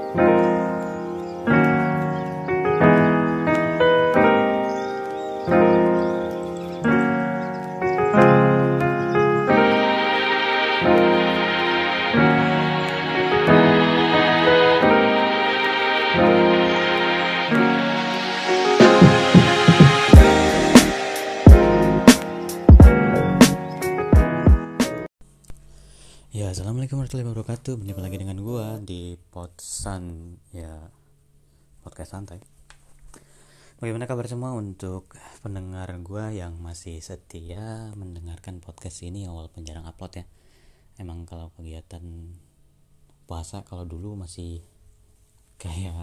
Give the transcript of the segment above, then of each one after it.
Ya, assalamualaikum warahmatullahi wabarakatuh. Berjumpa lagi dengan gua di Podsan, ya podcast santai. Bagaimana kabar semua untuk pendengar gua yang masih setia mendengarkan podcast ini walaupun jarang upload ya. Emang kalau kegiatan puasa kalau dulu masih kayak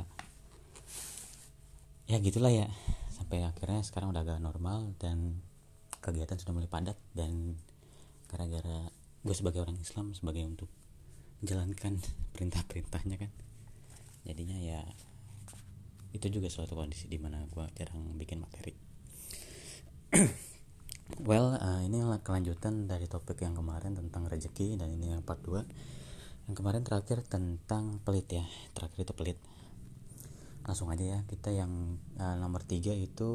ya gitulah ya. Sampai akhirnya sekarang udah agak normal dan kegiatan sudah mulai padat, dan gara-gara gue sebagai orang Islam sebagai untuk menjalankan perintah-perintahnya kan, jadinya ya itu juga suatu kondisi dimana gue jarang bikin materi. Ini kelanjutan dari topik yang kemarin tentang rezeki, dan ini yang part 2. Yang kemarin terakhir tentang pelit ya, terakhir itu pelit. Langsung aja ya, kita yang nomor 3 itu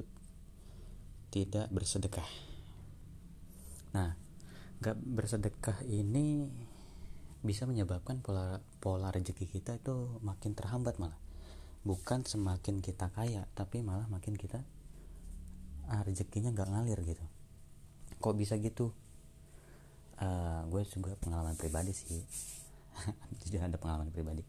tidak bersedekah. Nah, gak bersedekah ini bisa menyebabkan pola rezeki kita itu makin terhambat, malah bukan semakin kita kaya, tapi malah makin kita rezekinya gak ngalir gitu. Kok bisa gitu? Gue juga pengalaman pribadi sih. Jadi ada pengalaman pribadi.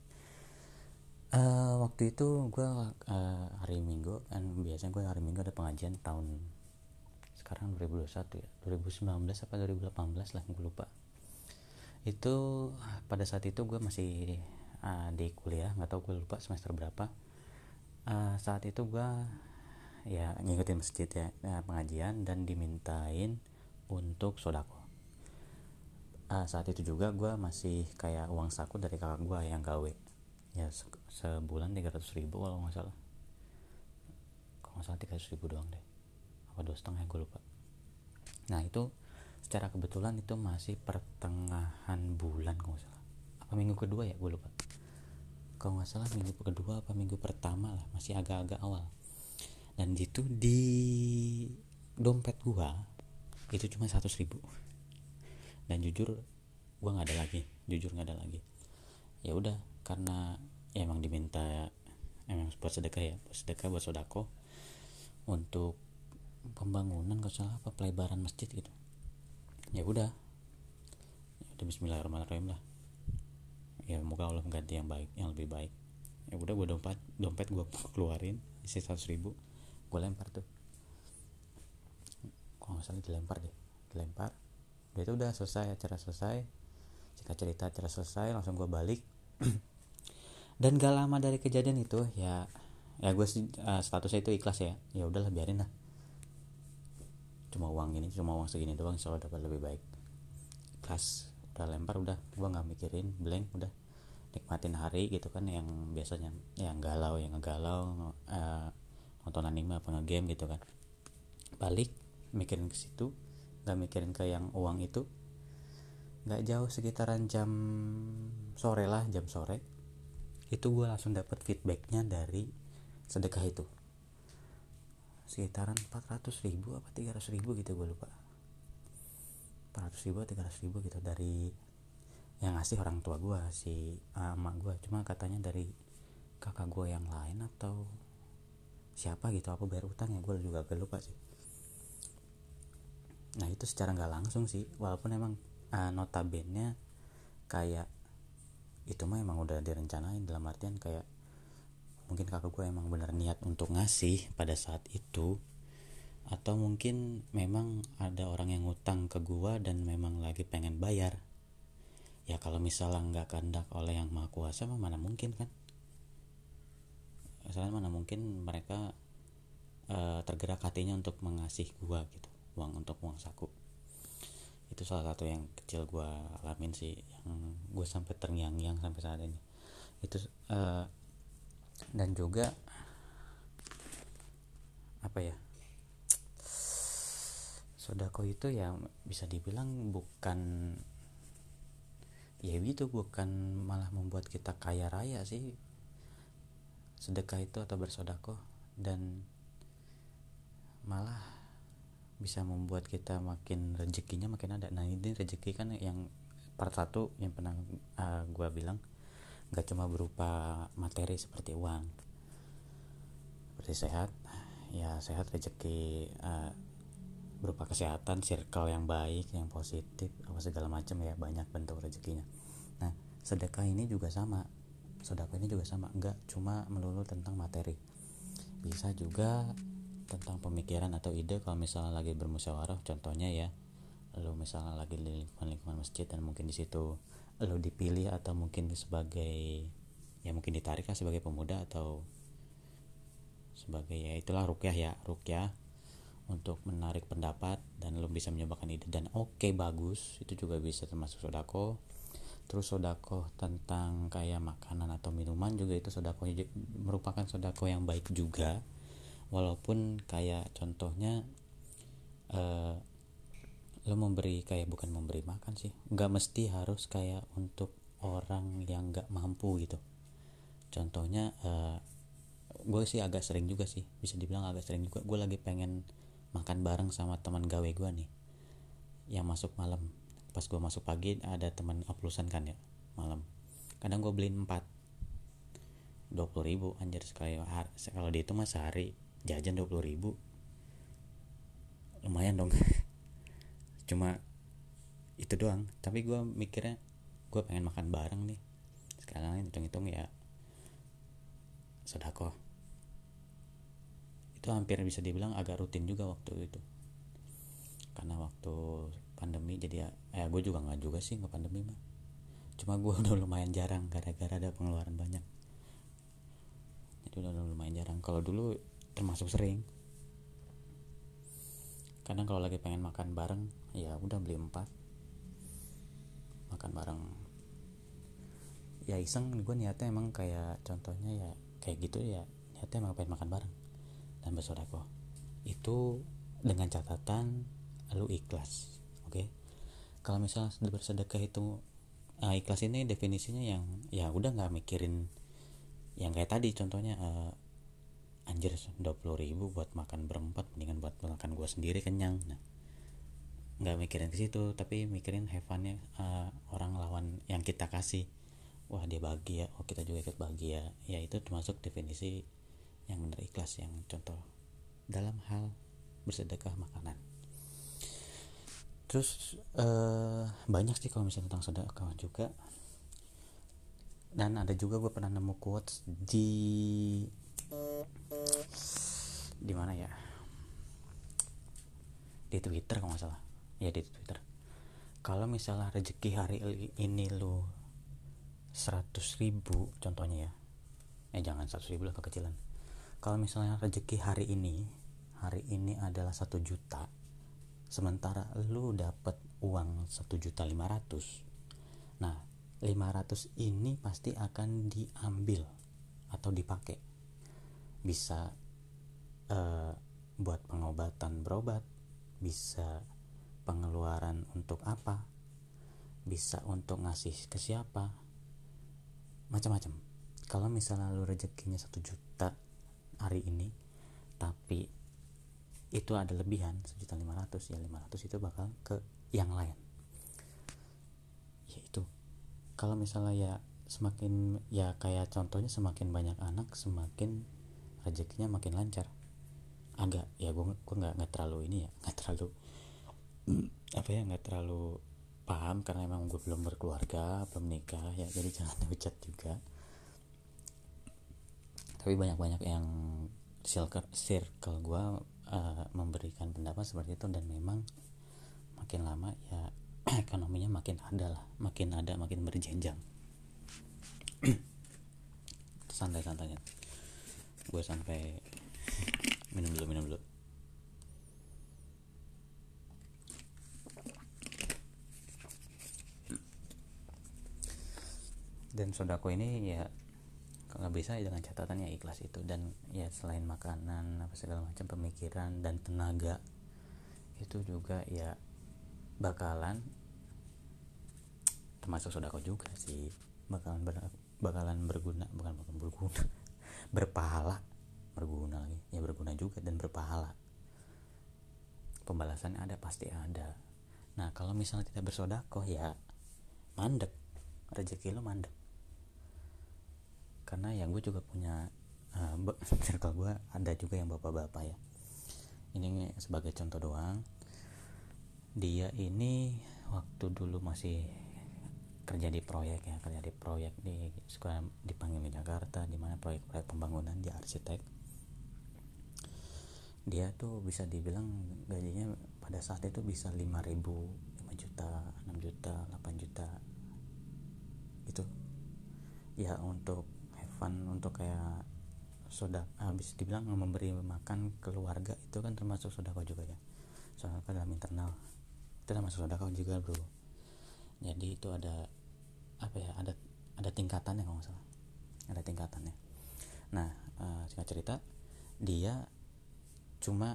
Waktu itu gue hari Minggu kan, biasanya gue hari Minggu ada pengajian tahun sekarang 2021 ya, 2019 apa 2018 lah, gue lupa. Itu pada saat itu gue masih di kuliah, nggak tahu, gue lupa semester berapa. Saat itu gue ya ngikutin masjid ya, pengajian, dan dimintain untuk sodako. Saat itu juga gue masih kayak uang saku dari kakak gue yang gawe ya, sebulan 300.000 kalau nggak salah 300.000 doang deh, apa 2,5 gue lupa. Nah itu secara kebetulan itu masih pertengahan bulan kalau nggak salah, apa minggu kedua ya, gue lupa. Kalau nggak salah minggu kedua apa minggu pertama lah, masih agak-agak awal. Dan itu di dompet gue itu cuma 100.000. Dan jujur gue nggak ada lagi. Ya udah, karena ya emang diminta, emang buat sedekah ya, buat sodako untuk pembangunan kalau salah apa pelebaran masjid gitu. Ya udah bismillahirrahmanirrahim lah, ya moga Allah mengganti yang lebih baik. Ya udah, gue dompet gue keluarin isi 100.000, gue lempar tuh, kalau nggak salah dilempar. Itu udah selesai, acara selesai, cerita acara selesai, langsung gue balik. Dan gak lama dari kejadian itu ya gue statusnya itu ikhlas ya udahlah biarin lah, cuma uang segini doang, soalnya dapat lebih baik. Ikhlas, udah lempar, udah gue nggak mikirin, blank, udah nikmatin hari gitu kan, yang biasanya yang ngegalau nonton anime apa ngegame gitu kan. Balik mikirin ke situ, nggak mikirin ke yang uang itu. Nggak jauh, sekitaran jam sore itu gue langsung dapat feedbacknya dari sedekah itu, sekitaran 400.000 apa 300.000 gitu, gue lupa, 400.000 300.000 gitu, dari yang ngasih orang tua gue, si emak gue. Cuma katanya dari kakak gue yang lain atau siapa gitu, apa bayar utang ya, gue juga agak lupa sih. Nah itu secara nggak langsung sih, walaupun emang notabene kayak itu mah emang udah direncanain, dalam artian kayak mungkin kakak gue emang bener niat untuk ngasih pada saat itu, atau mungkin memang ada orang yang ngutang ke gue dan memang lagi pengen bayar. Ya kalau misalnya nggak kehendak oleh yang maha kuasa mah mana mungkin kan, misalnya mana mungkin mereka tergerak hatinya untuk mengasih gue gitu, uang saku. Itu salah satu yang kecil gue alamin sih, yang gue sampai terngiang-ngiang sampai saat ini itu. Dan juga apa ya, sodako itu ya bisa dibilang bukan ya gitu, bukan malah membuat kita kaya raya sih, sedekah itu atau bersedekah, dan malah bisa membuat kita makin rezekinya makin ada. Nah ini rezeki kan yang part 1 yang pernah gue bilang, gak cuma berupa materi seperti uang, seperti sehat, ya sehat rezeki berupa kesehatan, circle yang baik, yang positif, apa segala macam ya, banyak bentuk rezekinya. Nah sedekah ini juga sama, nggak cuma melulu tentang materi, bisa juga tentang pemikiran atau ide. Kalau misalnya lagi bermusyawarah, contohnya ya, lo misalnya lagi di lingkungan masjid dan mungkin di situ lo dipilih atau mungkin sebagai, ya mungkin ditarik lah sebagai pemuda atau sebagai, ya itulah rukyah untuk menarik pendapat, dan lo bisa menyumbangkan ide dan oke, bagus, itu juga bisa termasuk sodako. Terus sodako tentang kayak makanan atau minuman juga, itu sodako, merupakan sodako yang baik juga, walaupun kayak contohnya lo memberi, kayak bukan memberi makan sih, nggak mesti harus kayak untuk orang yang nggak mampu gitu. Contohnya gue sih agak sering juga sih, bisa dibilang agak sering juga, gue lagi pengen makan bareng sama teman gawe gue nih yang masuk malam. Pas gue masuk pagi ada teman oplusan kan ya malam, kadang gue beliin 4, 20.000 anjir sekali. Kalau di itu mah sehari jajan 20.000, lumayan dong. Cuma itu doang, tapi gue mikirnya gue pengen makan bareng nih, sekarang hitung-hitung ya sedekah. Itu hampir bisa dibilang agak rutin juga waktu itu, karena waktu pandemi jadi ya gue juga nggak juga sih, nggak pandemi mah, cuma gue udah lumayan jarang gara-gara ada pengeluaran banyak, jadi udah lumayan jarang. Kalau dulu termasuk sering, kadang kalau lagi pengen makan bareng ya udah beli 4, makan bareng ya iseng. Gue niatnya emang kayak contohnya ya kayak gitu ya, niatnya emang pengen makan bareng dan bersedekah. Itu dengan catatan lu ikhlas, oke? Kalau misalnya bersedekah itu ikhlas ini definisinya yang ya udah nggak mikirin yang kayak tadi contohnya, anjir 20.000 buat makan berempat, mendingan buat makan gue sendiri kenyang. Nah nggak mikirin ke situ, tapi mikirin have fun-nya orang lawan yang kita kasih, wah dia bahagia, oh kita juga ikut bahagia. Ya itu termasuk definisi yang benar ikhlas, yang contoh dalam hal bersedekah makanan. Terus banyak sih kalau misalnya tentang sedekah juga. Dan ada juga gue pernah nemu quotes di mana ya, di Twitter kalau nggak salah ya, di Twitter. Kalau misalnya rezeki hari ini lu 100.000 contohnya ya, jangan 100.000 lah, kekecilan. Kalau misalnya rezeki hari ini adalah 1 juta, sementara lu dapat uang 1.500.000, nah 500 ini pasti akan diambil atau dipakai, bisa buat pengobatan, berobat, bisa pengeluaran untuk apa, bisa untuk ngasih ke siapa, macam-macam. Kalau misalnya lu rezekinya 1 juta hari ini, tapi itu ada lebihan 1.500.000, ya 500 itu bakal ke yang lain. Yaitu kalau misalnya ya semakin, ya kayak contohnya semakin banyak anak semakin rezekinya makin lancar. Agak ya gue nggak terlalu ini ya, nggak terlalu paham karena emang gue belum berkeluarga, belum nikah ya, jadi jangan hujat juga. Tapi banyak yang circle gue memberikan pendapat seperti itu, dan memang makin lama ya ekonominya makin berjenjang. Santai-santainya gue sampai minum dulu. Dan sodako ini ya kalau bisa dengan catatannya ikhlas itu, dan ya selain makanan apa segala macam, pemikiran dan tenaga itu juga ya bakalan termasuk sodako juga sih, bakalan berguna, berpahala, berguna lagi ya, berguna juga dan berpahala. Pembalasan ada, pasti ada. Nah kalau misalnya tidak bersedekah ya mandek, rezeki lo mandek. Karena ya gue juga punya circle gue ada juga yang bapak-bapak ya. Ini sebagai contoh doang. Dia ini waktu dulu masih kerja di proyek di suka dipanggil di Jakarta, di mana proyek-proyek pembangunan, dia arsitek. Dia tuh bisa dibilang gajinya pada saat itu bisa 5 juta, 6 juta, 8 juta gitu ya, untuk have fun, untuk kayak habis dibilang memberi makan keluarga itu kan termasuk sedekah juga ya. Soalnya dalam internal itu termasuk sedekah juga bro. Jadi itu ada ada tingkatannya kalau nggak salah, ada tingkatannya. Nah singkat cerita dia cuma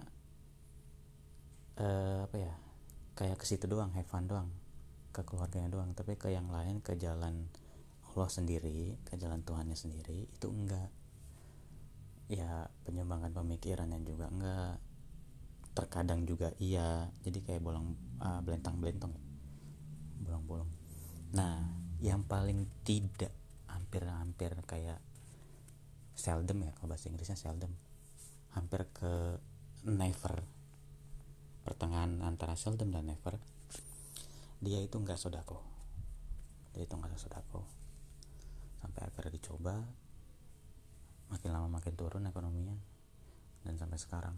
kayak ke situ doang, have fun doang, ke keluarganya doang, tapi ke yang lain, ke jalan Allah sendiri, ke jalan Tuhannya sendiri itu enggak. Ya penyumbangan pemikirannya juga enggak, terkadang juga iya, jadi kayak belentang-belentong, bolong-bolong. Nah yang paling tidak, hampir kayak seldom ya, kalau bahasa Inggrisnya seldom, hampir ke never, pertengahan antara seldom dan never, dia itu nggak sodako. Sampai akhirnya dicoba, makin lama makin turun ekonominya, dan sampai sekarang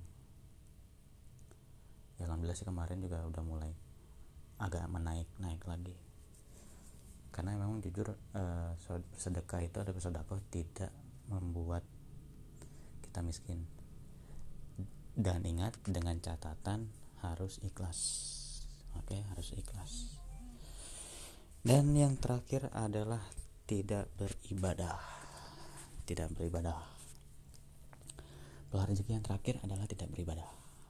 ya alhamdulillah sih kemarin juga udah mulai agak naik lagi. Karena memang jujur sedekah itu, ada sedekah tidak membuat kita miskin. Dan ingat, dengan catatan harus ikhlas. Oke, harus ikhlas. Dan yang terakhir adalah tidak beribadah. Peluang rezeki yang terakhir adalah tidak beribadah.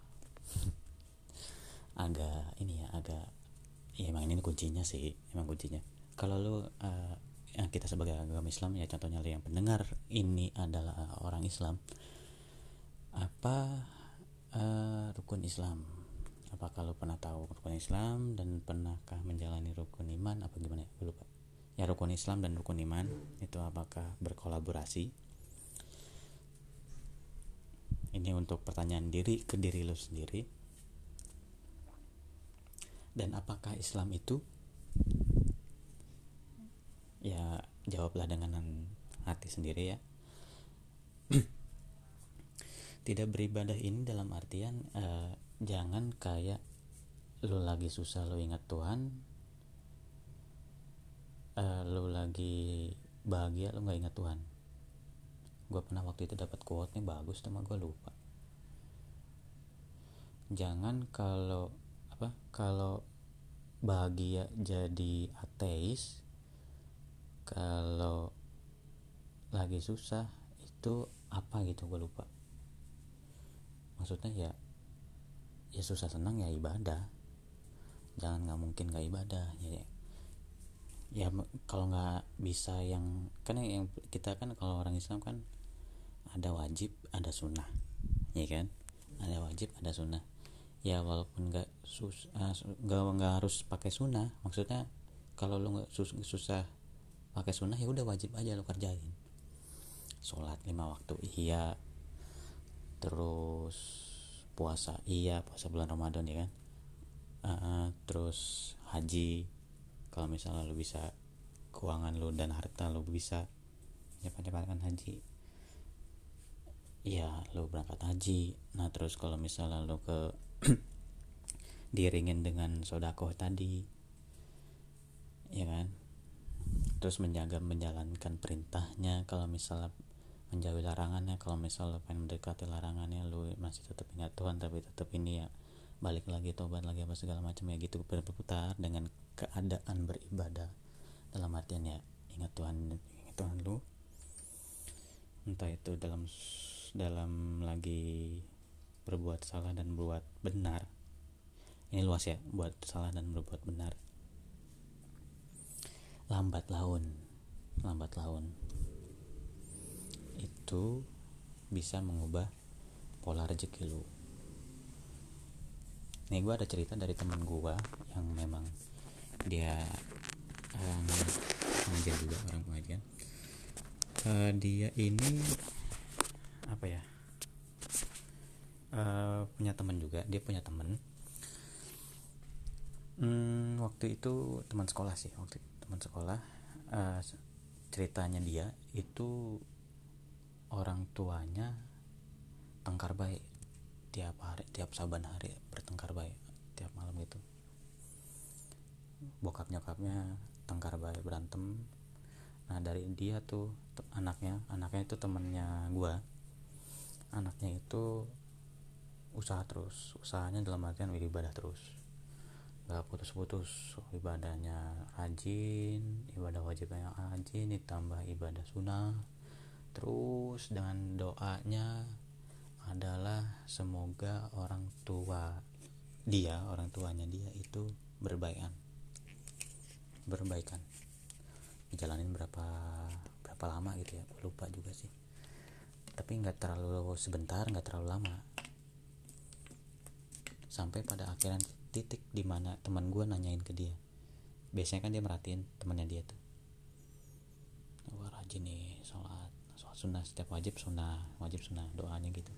Emang ini kuncinya sih, kalau lu kita sebagai agama Islam ya, contohnya lu yang pendengar ini adalah orang Islam, apa rukun Islam, apakah lu pernah tahu rukun Islam dan pernahkah menjalani rukun iman, apa gimana ya, gue lupa ya. Rukun Islam dan rukun iman itu apakah berkolaborasi? Ini untuk pertanyaan diri ke diri lu sendiri. Dan apakah Islam itu, ya jawablah dengan hati sendiri ya. Tidak beribadah ini dalam artian jangan kayak lu lagi susah lu ingat Tuhan, lu lagi bahagia lu nggak ingat Tuhan. Gue pernah waktu itu dapat quote-nya bagus, cuma gue lupa. Jangan kalau bahagia jadi ateis, kalau lagi susah itu apa gitu, gue lupa. Maksudnya ya susah senang ya ibadah, jangan nggak mungkin nggak ibadah ya kalau nggak bisa yang kan, yang kita kan kalau orang Islam kan ada wajib ada sunnah ya kan, ada wajib ada sunnah ya, walaupun nggak harus pakai sunnah. Maksudnya kalau lu nggak susah pakai sunnah ya udah wajib aja lu kerjain. Sholat 5 waktu iya, terus puasa bulan Ramadan ya kan, terus haji kalau misalnya lu bisa, keuangan lu dan harta lu bisa ya pada haji ya lu berangkat haji. Nah terus kalau misalnya lu ke diiringin dengan sodakoh tadi ya kan, terus menjalankan perintahnya, kalau misalnya menjauhi larangannya, kalau misalnya pengen mendekati larangannya lu masih tetap ingat Tuhan tapi tetap ini ya balik lagi, tobat lagi, apa segala macam ya gitu, berputar dengan keadaan beribadah dalam artian ya ingat Tuhan lu, entah itu dalam lagi berbuat salah dan berbuat benar. Ini luas ya, buat salah dan berbuat benar. Lambat laun itu bisa mengubah pola rezeki lu. Nih gue ada cerita dari teman gue yang memang dia pengajar juga, orang pengajian. Dia ini apa ya, punya teman juga. Dia punya teman, waktu itu teman sekolah sih, ceritanya dia itu orang tuanya tengkar baik, tiap saban hari bertengkar baik, tiap malam gitu. Bokap nyokapnya tengkar baik, berantem. Nah dari dia tuh anaknya itu temennya gua, anaknya itu usahanya dalam artian ibadah terus, gak putus-putus ibadahnya, rajin, ibadah wajibnya rajin, ditambah ibadah sunnah. Terus dengan doanya adalah semoga orang tuanya dia itu berbaikan, ngejalanin berapa lama gitu ya, lupa juga sih, tapi nggak terlalu sebentar, nggak terlalu lama, sampai pada akhirnya titik dimana teman gue nanyain ke dia. Biasanya kan dia merhatiin temannya dia tuh, wah rajin nih sholat sunnah, setiap wajib sunnah doanya gitu.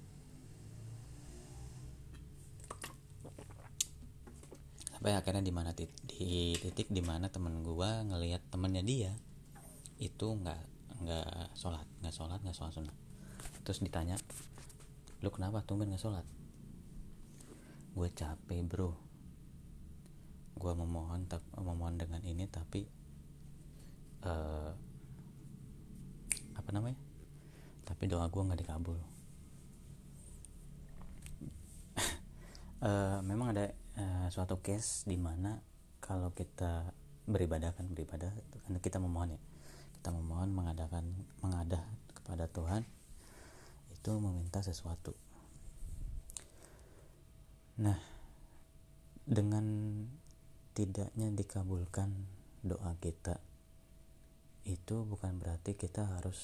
Sampai akhirnya di titik dimana temen gue ngelihat temennya dia itu nggak sholat sunnah. Terus ditanya, lu kenapa tumben nggak sholat? Gue capek bro, gue memohon dengan ini, tapi tapi doa gue nggak dikabul. Memang ada suatu case di mana kalau kita beribadah itu kan kita memohon mengadah kepada Tuhan, itu meminta sesuatu. Nah, dengan tidaknya dikabulkan doa kita itu bukan berarti kita harus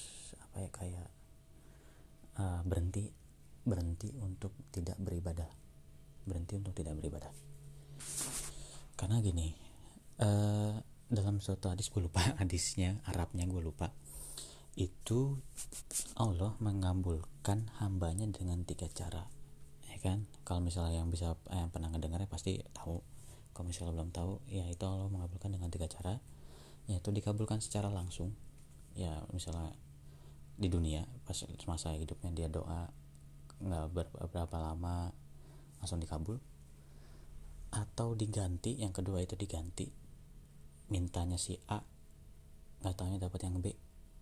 berhenti untuk tidak beribadah. Karena gini, dalam suatu hadis, gue lupa hadisnya, Arabnya gue lupa, itu Allah mengabulkan hambanya dengan 3 cara, ya kan? Kalau misalnya yang pernah ngedengarnya pasti tahu. Kalau misalnya belum tahu, ya itu Allah mengabulkan dengan 3 cara, yaitu dikabulkan secara langsung, ya misalnya di dunia pas masa hidupnya dia doa nggak berapa lama langsung dikabul, atau diganti. Yang kedua itu diganti, mintanya si A nggak taunya dapat yang B,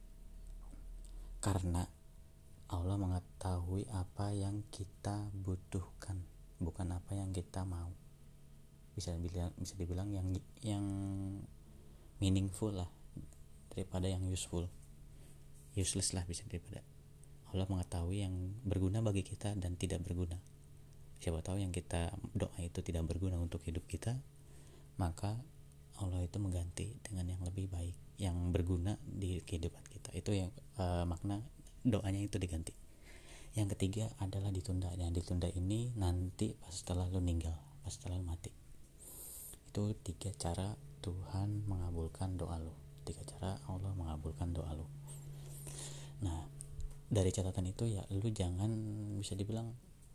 karena Allah mengetahui apa yang kita butuhkan, bukan apa yang kita mau. Bisa dibilang yang meaningful lah daripada yang useless lah, bisa daripada. Allah mengetahui yang berguna bagi kita dan tidak berguna. Siapa tahu yang kita doa itu tidak berguna untuk hidup kita, maka Allah itu mengganti dengan yang lebih baik, yang berguna di kehidupan kita. Itu yang makna doanya itu diganti. Yang ketiga adalah ditunda. Yang ditunda ini nanti pas setelah lu meninggal, pas setelah lu mati. Itu 3 cara Tuhan mengabulkan doa lu, 3 cara Allah mengabulkan doa lu. Nah, dari catatan itu ya lu jangan, bisa dibilang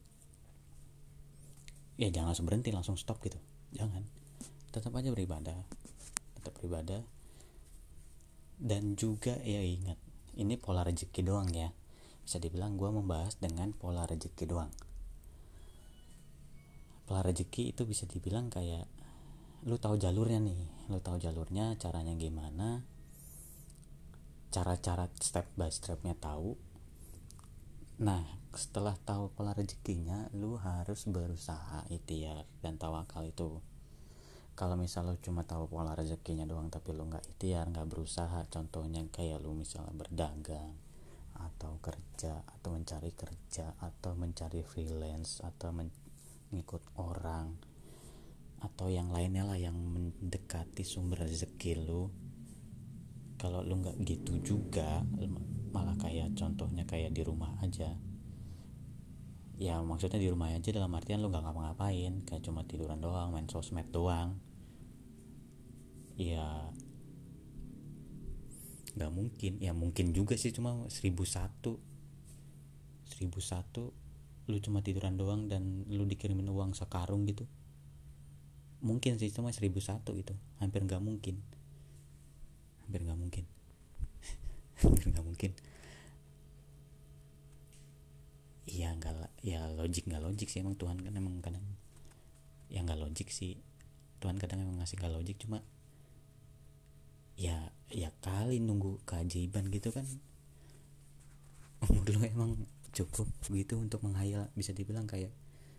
ya jangan langsung berhenti, langsung stop gitu, jangan. Tetap aja beribadah. Dan juga ya ingat, ini pola rezeki doang ya. Bisa dibilang gue membahas dengan pola rezeki doang. Pola rezeki itu bisa dibilang kayak lu tahu jalurnya, caranya gimana, cara-cara step by stepnya tahu. Nah, setelah tahu pola rezekinya, lu harus berusaha, ikhtiar dan tawakal itu. Kalau misal lu cuma tahu pola rezekinya doang tapi lu nggak ikhtiar, nggak berusaha, contohnya kayak lu misalnya berdagang atau kerja atau mencari kerja atau mencari freelance atau mengikut orang atau yang lainnya lah yang mendekati sumber rezeki lu. Kalau lu nggak gitu juga, malah kayak contohnya kayak di rumah aja, Ya maksudnya di rumah aja dalam artian lu nggak ngapa-ngapain, kayak cuma tiduran doang, main sosmed doang. Ya nggak mungkin, ya mungkin juga sih, cuma 1001 lu cuma tiduran doang dan lu dikirimin uang sekarung gitu, mungkin sih, cuma 1001 itu hampir nggak mungkin, hampir nggak mungkin. Hampir nggak mungkin. Iya nggak, ya nggak logik sih emang Tuhan kan, emang kadang ya nggak logik sih, Tuhan kadang emang ngasih nggak logik, cuma ya kali nunggu keajaiban gitu kan. Umur lu emang cukup gitu untuk menghayal, bisa dibilang kayak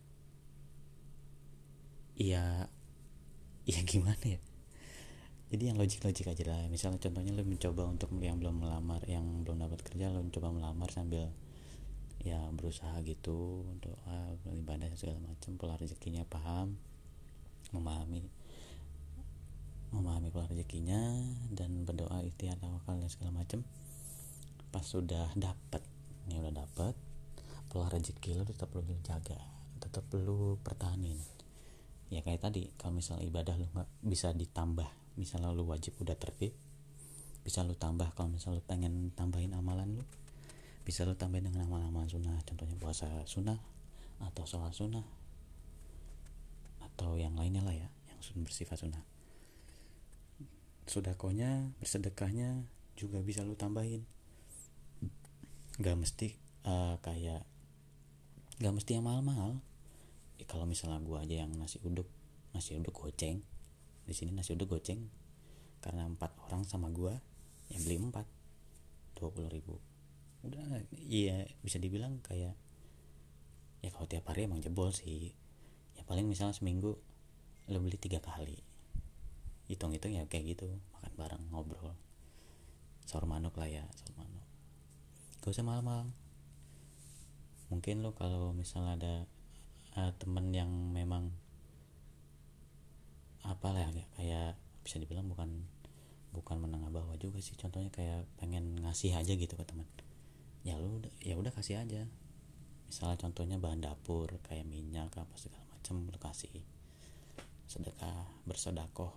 ya ya gimana ya. Jadi yang logik-logik aja lah, misalnya contohnya lu mencoba untuk yang belum melamar, yang belum dapat kerja, lu mencoba melamar sambil ya berusaha gitu untuk ibadah segala macam, pola rezekinya paham, memahami memahami pola rezekinya, dan berdoa, ikhtiar, tawakal dan segala macam. Pas sudah dapat, ini udah dapat, pola rezeki lo tetap perlu jaga, tetap perlu pertahanin. Ya kayak tadi, kalau misalnya ibadah lo nggak bisa ditambah, misalnya lo wajib udah terbit, bisa lo tambah. Kalau misalnya lo pengen tambahin amalan lo, bisa lo tambahin dengan amalan sunnah, contohnya puasa sunnah atau sholat sunnah atau yang lainnya lah ya, yang bersifat sunnah. Sodakonya, bersedekahnya juga bisa lo tambahin. Gak mesti kayak gak mesti yang mahal-mahal. Kalau misalnya gue aja yang nasi uduk goceng, di sini nasi uduk goceng karena 4 orang sama gue yang beli 4, 20.000. Udah, iya bisa dibilang kayak ya kalau tiap hari emang jebol sih. Ya paling misalnya seminggu lo beli 3 kali, hitung-hitung ya kayak gitu, makan bareng, ngobrol, sahur manuk lah ya, sahur manuk. Gak usah mahal-mahal. Mungkin lo kalau misalnya ada temen yang memang apalah ya, kayak bisa dibilang bukan menengah bawah juga sih, contohnya kayak pengen ngasih aja gitu ke teman, ya udah kasih aja. Misalnya contohnya bahan dapur kayak minyak apa segala macam, lo kasih, sedekah, bersedekah.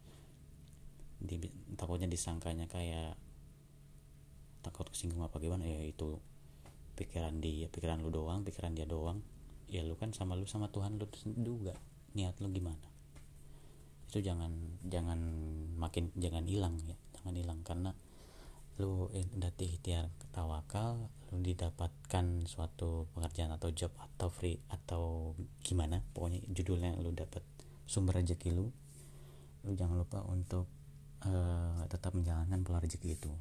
Takutnya disangkanya kayak takut kesinggung apa gimana, ya itu pikiran lu doang, pikiran dia doang. Ya lu kan sama Tuhan lu juga, niat lu gimana itu jangan jangan hilang ya, jangan hilang. Karena lu udah ikhtiar tawakal, lu didapatkan suatu pekerjaan atau job atau free atau gimana, pokoknya judulnya lu dapat sumber rezeki lu jangan lupa untuk tetap menjalankan pola rezeki itu.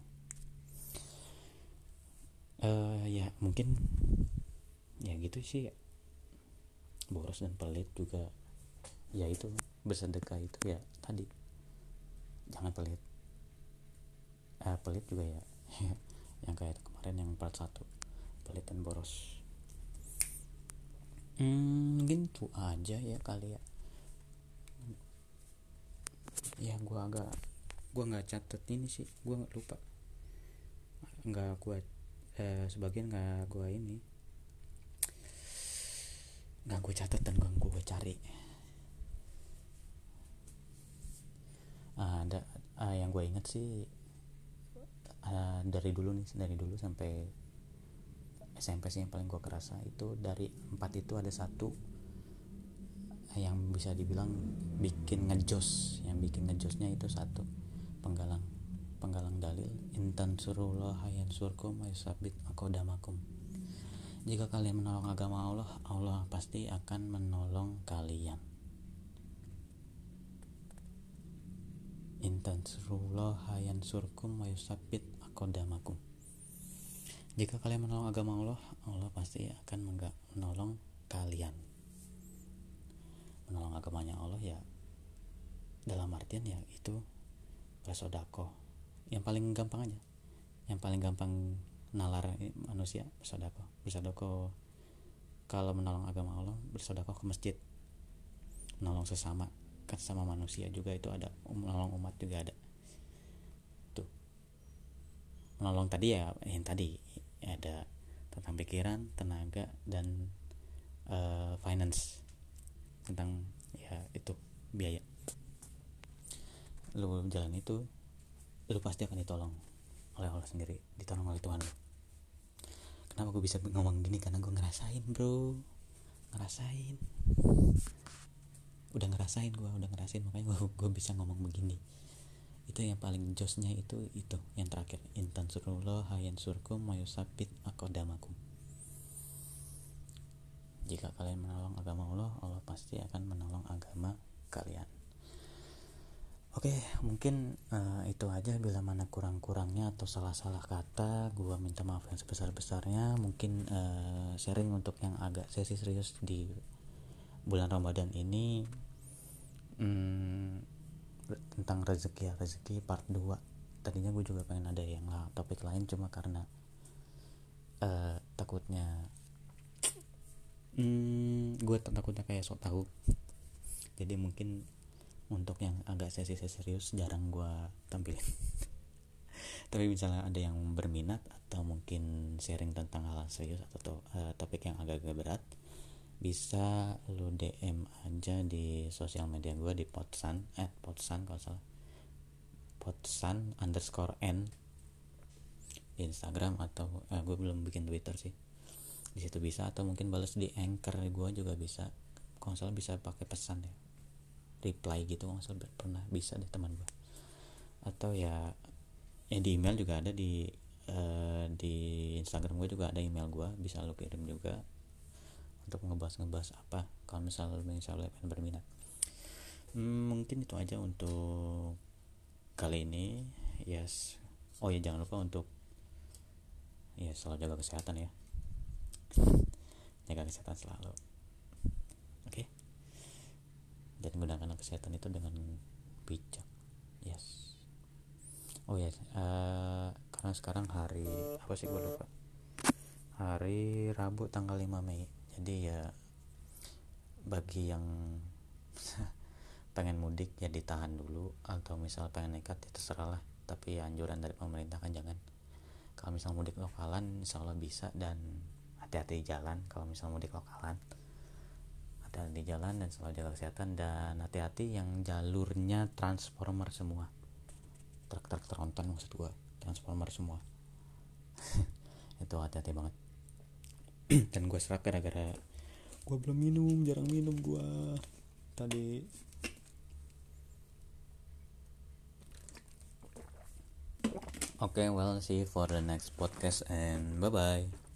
Ya mungkin ya gitu sih ya. Boros dan pelit juga ya, itu bersedekah itu ya tadi, jangan pelit. Pelit juga ya yang kayak kemarin yang part 1, pelit dan boros. Mungkin itu aja ya kali ya. Ya gue nggak catet ini sih, gue nggak lupa, nggak gue sebagian nggak gue catat dan gue cari. Ada yang gue inget sih, dari dulu sampai SMP sih yang paling gue kerasa itu, dari 4 itu ada satu yang bisa dibilang bikin ngejos. Yang bikin ngejosnya itu satu, penggalang dalil, intan surullah yansurkum ayusabit akodamakum. Jika kalian menolong agama Allah, Allah pasti akan menolong kalian. Intan surullah yansurkum ayusabit akodamakum. Jika kalian menolong agama Allah, Allah pasti akan menolong kalian. Menolong agamanya Allah ya dalam artian ya itu bersedekah. Yang paling gampang aja, yang paling gampang nalar manusia, bersedekah. Kalau menolong agama Allah, bersedekah ke masjid, menolong sesama manusia juga itu ada, menolong umat juga ada. Tuh, menolong tadi ya yang tadi ada tentang pikiran, tenaga, dan finance, tentang ya itu biaya. Lu jalan itu, lu pasti akan ditolong oleh Allah sendiri, ditolong oleh Tuhan lu. Kenapa gue bisa ngomong gini? Karena gue ngerasain bro, udah ngerasain makanya gue bisa ngomong begini. Itu yang paling josnya itu yang terakhir, intan surullah hayan surkum mayusabit akodamakum. Jika kalian menolong agama Allah, Allah pasti akan menolong agama kalian. Oke, mungkin itu aja. Bila mana kurang-kurangnya atau salah-salah kata, gue minta maaf yang sebesar-besarnya. Mungkin sharing untuk yang agak sesi serius di bulan Ramadan ini, tentang rezeki part 2. Tadinya gue juga pengen ada yang topik lain, cuma karena takutnya takutnya kayak sok tahu. Jadi mungkin untuk yang agak sesi serius jarang gue tampilin. Tapi misalnya ada yang berminat atau mungkin sharing tentang hal serius atau topik yang agak-agak berat, bisa lu DM aja di sosial media gue di Podsan kalau salah, Podsan_n di Instagram, atau gue belum bikin Twitter sih, di situ bisa, atau mungkin balas di Anchor gue juga bisa. Kalau salah bisa pakai pesan ya, reply gitu, kalau salah pernah bisa deh teman gue. Atau ya di email juga ada, di Instagram gue juga ada email gue, bisa lo kirim juga untuk ngebahas apa kalau misalnya pengen berminat. Mungkin itu aja untuk kali ini. Yes. Oh ya, jangan lupa untuk selalu jaga kesehatan ya. Jaga kesehatan selalu. Oke? Dan gunakan kesehatan itu dengan bijak. Yes. Oh ya, karena sekarang hari apa sih, gue lupa. Hari Rabu tanggal 5 Mei. Jadi ya bagi yang pengen mudik ya ditahan dulu, atau misal pengen nekat ya terserah lah. Tapi ya anjuran dari pemerintah kan jangan. Kalau misal mudik lokalan insya Allah bisa, dan hati-hati di jalan. Kalau misal mudik lokalan, hati-hati di jalan dan selalu jaga kesehatan. Dan hati-hati yang jalurnya transformer semua, truk-truk tronton maksud gue, transformer semua. Itu hati-hati banget. Dan gue serap gara-gara gue jarang minum gue tadi. Okay, well, see you for the next podcast and bye bye.